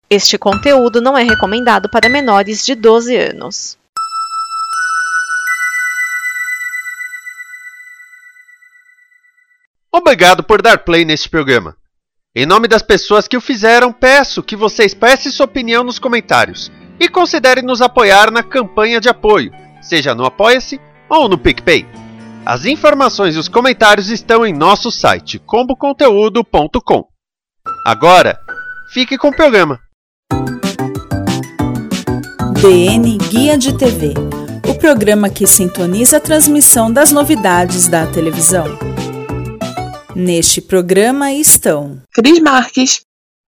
Este conteúdo não é recomendado para menores de 12 anos. Obrigado por dar play neste programa. Em nome das pessoas que o fizeram, peço que você expresse sua opinião nos comentários e considere nos apoiar na campanha de apoio, seja no Apoia-se ou no PicPay. As informações e os comentários estão em nosso site, comboconteúdo.com. Agora, fique com o programa. DN Guia de TV, o programa que sintoniza a transmissão das novidades da televisão. Neste programa estão Cris Marques.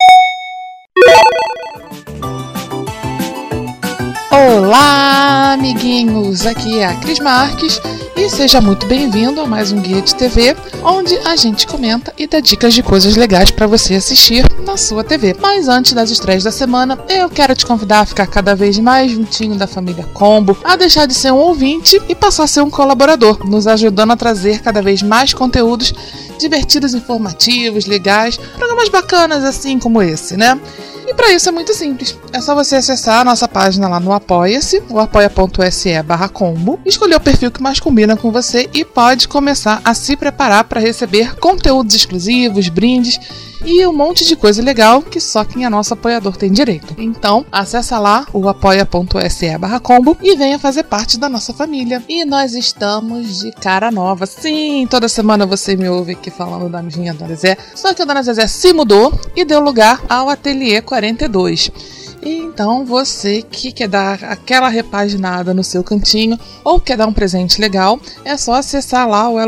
Olá, amiguinhos! Aqui é a Cris Marques e seja muito bem-vindo a mais um Guia de TV, onde a gente comenta e dá dicas de coisas legais para você assistir na sua TV. Mas antes das estreias da semana, eu quero te convidar a ficar cada vez mais juntinho da família Combo, a deixar de ser um ouvinte e passar a ser um colaborador, nos ajudando a trazer cada vez mais conteúdos divertidos, informativos, legais, programas bacanas assim como esse, né? E para isso é muito simples, é só você acessar a nossa página lá no Apoia-se, o apoia.se/combo, escolher o perfil que mais combina com você e pode começar a se preparar para receber conteúdos exclusivos, brindes e um monte de coisa legal que só quem é nosso apoiador tem direito. Então, acessa lá o apoia.se/combo e venha fazer parte da nossa família. E nós estamos de cara nova. Sim, toda semana você me ouve aqui falando da minha Dona Zezé, só que a Dona Zezé se mudou e deu lugar ao Ateliê 42. Então você que quer dar aquela repaginada no seu cantinho ou quer dar um presente legal, é só acessar lá o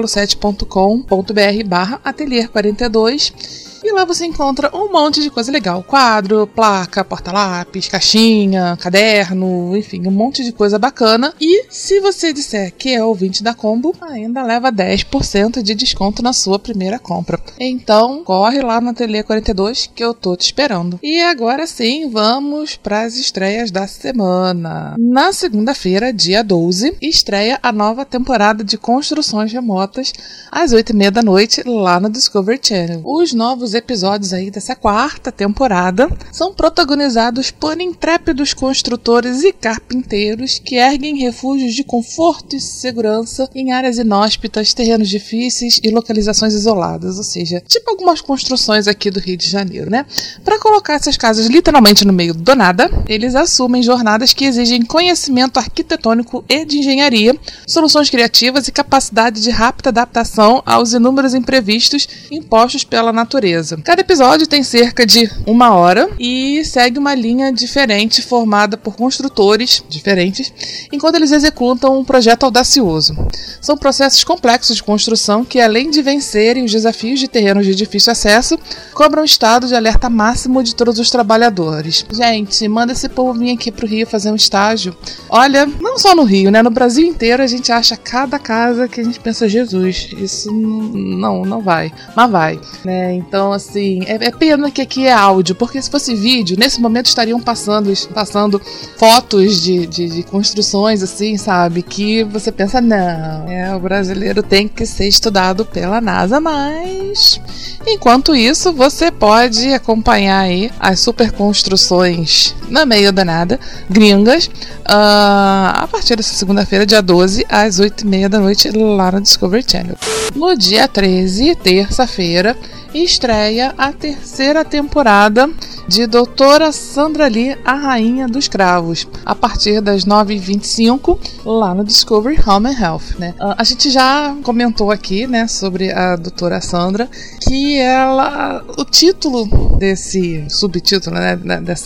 elo7.com.br/ateliê 42 e lá você encontra um monte de coisa legal. Quadro, placa, porta-lápis, caixinha, caderno, enfim, um monte de coisa bacana. E se você disser que é ouvinte da Combo, ainda leva 10% de desconto na sua primeira compra. Então, corre lá no Ateliê 42 que eu tô te esperando. E agora sim, vamos para as estreias da semana. Na segunda-feira, dia 12, estreia a nova temporada de Construções Remotas às 8h30 da noite lá no Discovery Channel. Os novos episódios aí dessa quarta temporada são protagonizados por intrépidos construtores e carpinteiros que erguem refúgios de conforto e segurança em áreas inóspitas, terrenos difíceis e localizações isoladas, ou seja, tipo algumas construções aqui do Rio de Janeiro, né? Para colocar essas casas literalmente no meio do nada, eles assumem jornadas que exigem conhecimento arquitetônico e de engenharia, soluções criativas e capacidade de rápida adaptação aos inúmeros imprevistos impostos pela natureza. Cada episódio tem cerca de 1 hora e segue uma linha diferente formada por construtores diferentes enquanto eles executam um projeto audacioso. São processos complexos de construção que, além de vencerem os desafios de terrenos de difícil acesso, cobram um estado de alerta máximo de todos os trabalhadores. Gente, manda esse povo vir aqui pro Rio fazer um estágio. Olha, não só no Rio, né? No Brasil inteiro a gente acha cada casa que a gente pensa, Jesus, isso não vai. Mas vai, né? Então, assim, é pena que aqui é áudio, porque se fosse vídeo, nesse momento estariam passando fotos de construções, assim, sabe? Que você pensa, não, o brasileiro tem que ser estudado pela NASA, mas enquanto isso, você pode acompanhar aí as super construções no meio da nada, gringas, a partir dessa segunda-feira, dia 12, às 8h30 da noite, lá no Discovery Channel. No dia 13, terça-feira, estreia a terceira temporada de Doutora Sandra Lee, a Rainha dos Cravos, a partir das 9h25 lá no Discovery Home and Health, né? A gente já comentou aqui, né, sobre a Doutora Sandra, que o título desse subtítulo, né,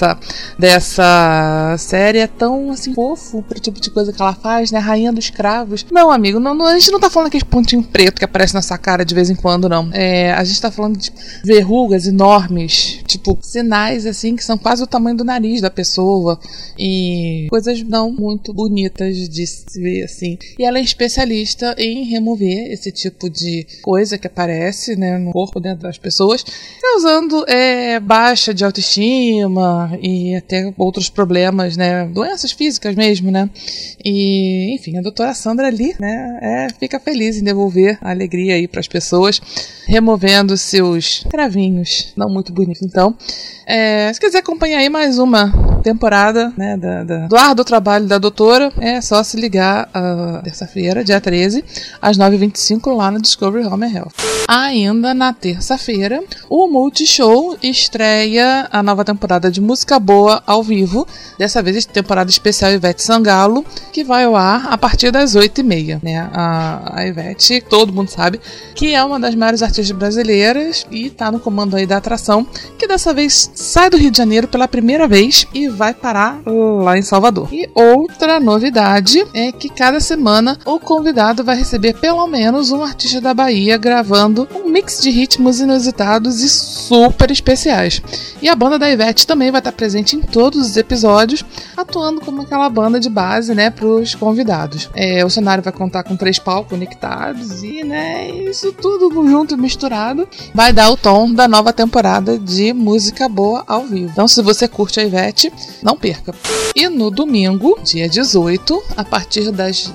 dessa série é tão assim fofo pro tipo de coisa que ela faz, né? Rainha dos Cravos. Não, amigo, não, a gente não tá falando aquele pontinho preto que aparece na sua cara de vez em quando, não. A gente tá falando de verrugas enormes, tipo sinais assim que são quase o tamanho do nariz da pessoa e coisas não muito bonitas de se ver assim. E ela é especialista em remover esse tipo de coisa que aparece, né, no corpo dentro das pessoas, causando baixa de autoestima e até outros problemas, né, doenças físicas mesmo, né. E enfim, a doutora Sandra Lee, né, fica feliz em devolver a alegria aí para as pessoas, removendo seus cravinhos não muito bonitos. Então, Se quiser acompanhar aí mais uma temporada, né, do árduo trabalho da doutora, é só se ligar terça-feira, dia 13, às 9h25, lá no Discovery Home and Health. Ainda na terça-feira, o Multishow estreia a nova temporada de Música Boa ao vivo, dessa vez temporada especial Ivete Sangalo, que vai ao ar a partir das 8h30. Né? A Ivete, todo mundo sabe, que é uma das maiores artistas brasileiras e está no comando aí da atração, que dessa vez sai do Rio de Janeiro pela primeira vez e vai parar lá em Salvador. E outra novidade é que cada semana o convidado vai receber pelo menos um artista da Bahia gravando um mix de ritmos inusitados e super especiais. E a banda da Ivete também vai estar presente em todos os episódios, atuando como aquela banda de base, né, para os convidados. O cenário vai contar com 3 palcos conectados e, né, isso tudo junto e misturado vai dar o tom da nova temporada de Música Boa ao vivo. Então, se você curte a Ivete, não perca. E no domingo, dia 18, a partir das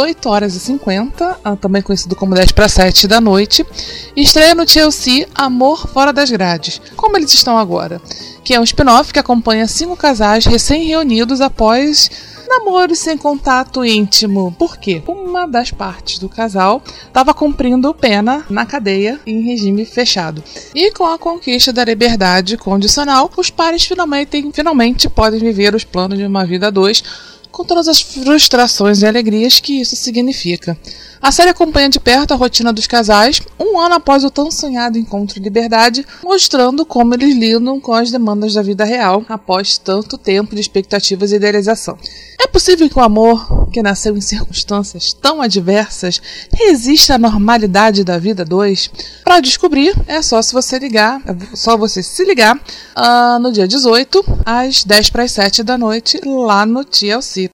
18h50, também conhecido como 10:07 da noite, estreia no TLC Amor Fora das Grades, Como Eles Estão Agora, que é um spin-off que acompanha 5 casais recém-reunidos após namoro sem contato íntimo. Por quê? Uma das partes do casal estava cumprindo pena na cadeia em regime fechado. E com a conquista da liberdade condicional, os pares finalmente podem viver os planos de uma vida a 2, com todas as frustrações e alegrias que isso significa. A série acompanha de perto a rotina dos casais, um ano após o tão sonhado encontro de liberdade, mostrando como eles lidam com as demandas da vida real após tanto tempo de expectativas e idealização. É possível que o amor, que nasceu em circunstâncias tão adversas, resista à normalidade da vida a 2? Para descobrir, é só você se ligar no dia 18, às 10:07 da noite, lá no TLC.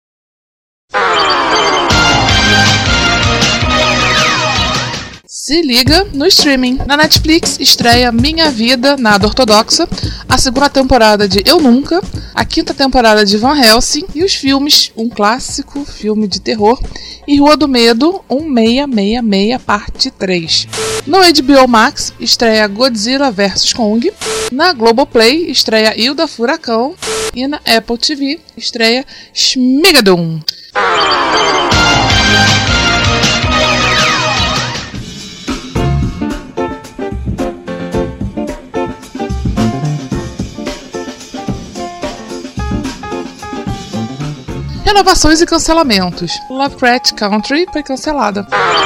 Se liga no streaming. Na Netflix estreia Minha Vida Nada Ortodoxa, a 2ª temporada de Eu Nunca, a 5ª temporada de Van Helsing e os filmes, um clássico filme de terror, e Rua do Medo 1666 parte 3. No HBO Max estreia Godzilla vs Kong, na Globoplay estreia Hilda Furacão e na Apple TV estreia Schmigadoon. Renovações e cancelamentos. Lovecraft Country foi cancelada.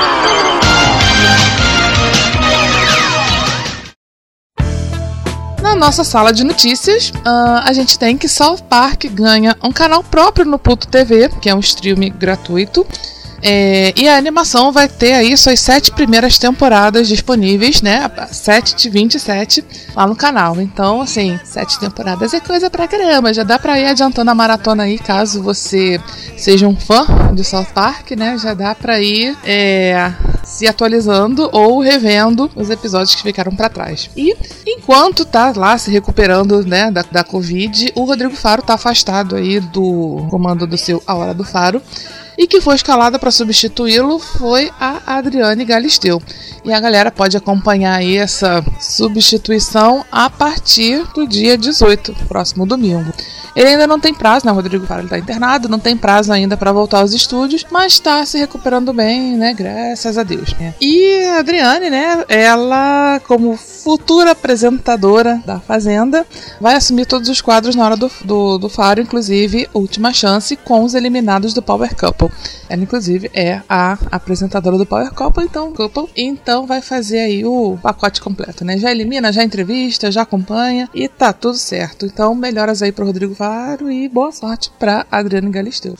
Na nossa sala de notícias, a gente tem que South Park ganha um canal próprio no Pluto TV, que é um streaming gratuito. E a animação vai ter aí suas 7 primeiras temporadas disponíveis, né? 7 de 27 lá no canal. Então, assim, 7 temporadas é coisa pra caramba. Já dá pra ir adiantando a maratona aí, caso você seja um fã de South Park, né? Já dá pra ir se atualizando ou revendo os episódios que ficaram pra trás. E enquanto tá lá se recuperando, né, da Covid, o Rodrigo Faro tá afastado aí do comando do seu A Hora do Faro. E que foi escalada para substituí-lo foi a Adriane Galisteu. E a galera pode acompanhar aí essa substituição a partir do dia 18, próximo domingo. Ele ainda não tem prazo, né? O Rodrigo Faro está internado, não tem prazo ainda para voltar aos estúdios, mas está se recuperando bem, né? Graças a Deus. Né? E a Adriane, né? Ela, como futura apresentadora da Fazenda, vai assumir todos os quadros na hora do Faro, inclusive Última Chance, com os eliminados do Power Couple. Ela, inclusive, é a apresentadora do Power Couple, então vai fazer aí o pacote completo, né? Já elimina, já entrevista, já acompanha e tá tudo certo. Então, melhoras aí pro Rodrigo Faro e boa sorte pra Adriane Galisteu.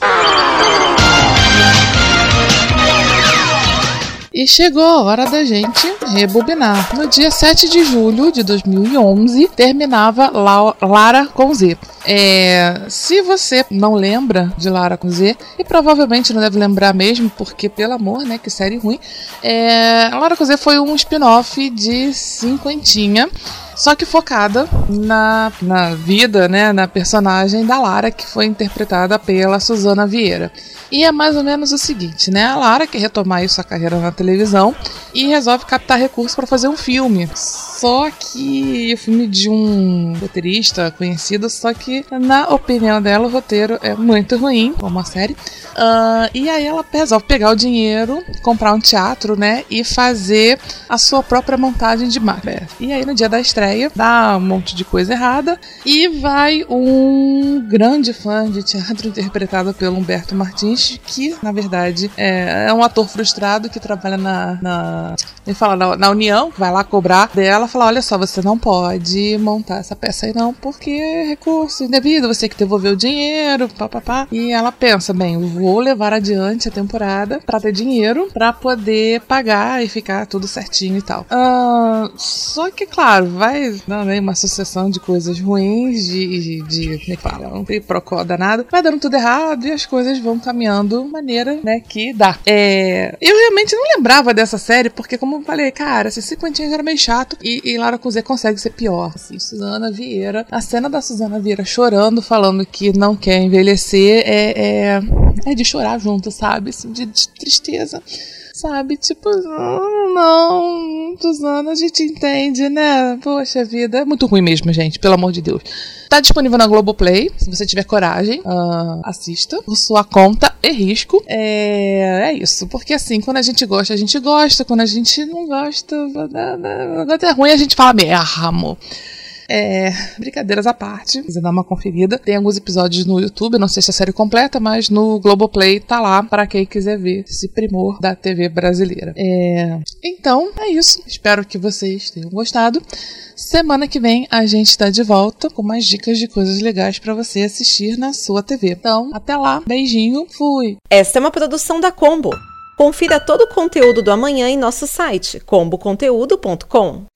E chegou a hora da gente rebobinar. No dia 7 de julho de 2011, terminava Lara com Z. Se você não lembra de Lara com Z, e provavelmente não deve lembrar mesmo, porque, pelo amor, né, que série ruim, Lara com Z foi um spin-off de cinquentinha, só que focada na vida, né, na personagem da Lara, que foi interpretada pela Suzana Vieira. E é mais ou menos o seguinte, né? A Lara quer retomar aí sua carreira na televisão e resolve captar recursos para fazer um filme. Só que o filme de um roteirista conhecido, só que na opinião dela o roteiro é muito ruim, como a série. E aí ela resolve pegar o dinheiro, comprar um teatro, né? E fazer a sua própria montagem de Macbeth. E aí no dia da estreia dá um monte de coisa errada e vai um grande fã de teatro interpretado pelo Humberto Martins, que na verdade é um ator frustrado que trabalha na União, vai lá cobrar dela, fala, olha só, você não pode montar essa peça aí não, porque é recurso indevido, você tem que devolver o dinheiro, papapá. E ela pensa, bem, eu vou levar adiante a temporada pra ter dinheiro pra poder pagar e ficar tudo certinho e tal. Só que, claro, vai dando aí uma sucessão de coisas ruins, de como é que fala, um procó danado, vai dando tudo errado e as coisas vão caminhando de maneira, né, que dá. Eu realmente não lembrava dessa série, porque como eu falei, cara, esse 50 era meio chato e Lara Cuzê consegue ser pior. Assim, Suzana Vieira, a cena da Suzana Vieira chorando, falando que não quer envelhecer é de chorar junto, sabe? Assim, de tristeza. Sabe, tipo, não, Suzana, a gente entende, né? Poxa vida, é muito ruim mesmo, gente, pelo amor de Deus. Tá disponível na Globoplay, se você tiver coragem, assista, por sua conta e risco. É isso, porque assim, quando a gente gosta, quando a gente não gosta, quando é ruim, a gente fala mesmo. Brincadeiras à parte, se quiser dar uma conferida, tem alguns episódios no YouTube, não sei se é a série completa, mas no Globoplay tá lá para quem quiser ver esse primor da TV brasileira. Então, é isso, espero que vocês tenham gostado. Semana que vem a gente tá de volta com mais dicas de coisas legais para você assistir na sua TV. Então, até lá, beijinho, fui! Esta é uma produção da Combo. Confira todo o conteúdo do Amanhã em nosso site comboconteúdo.com.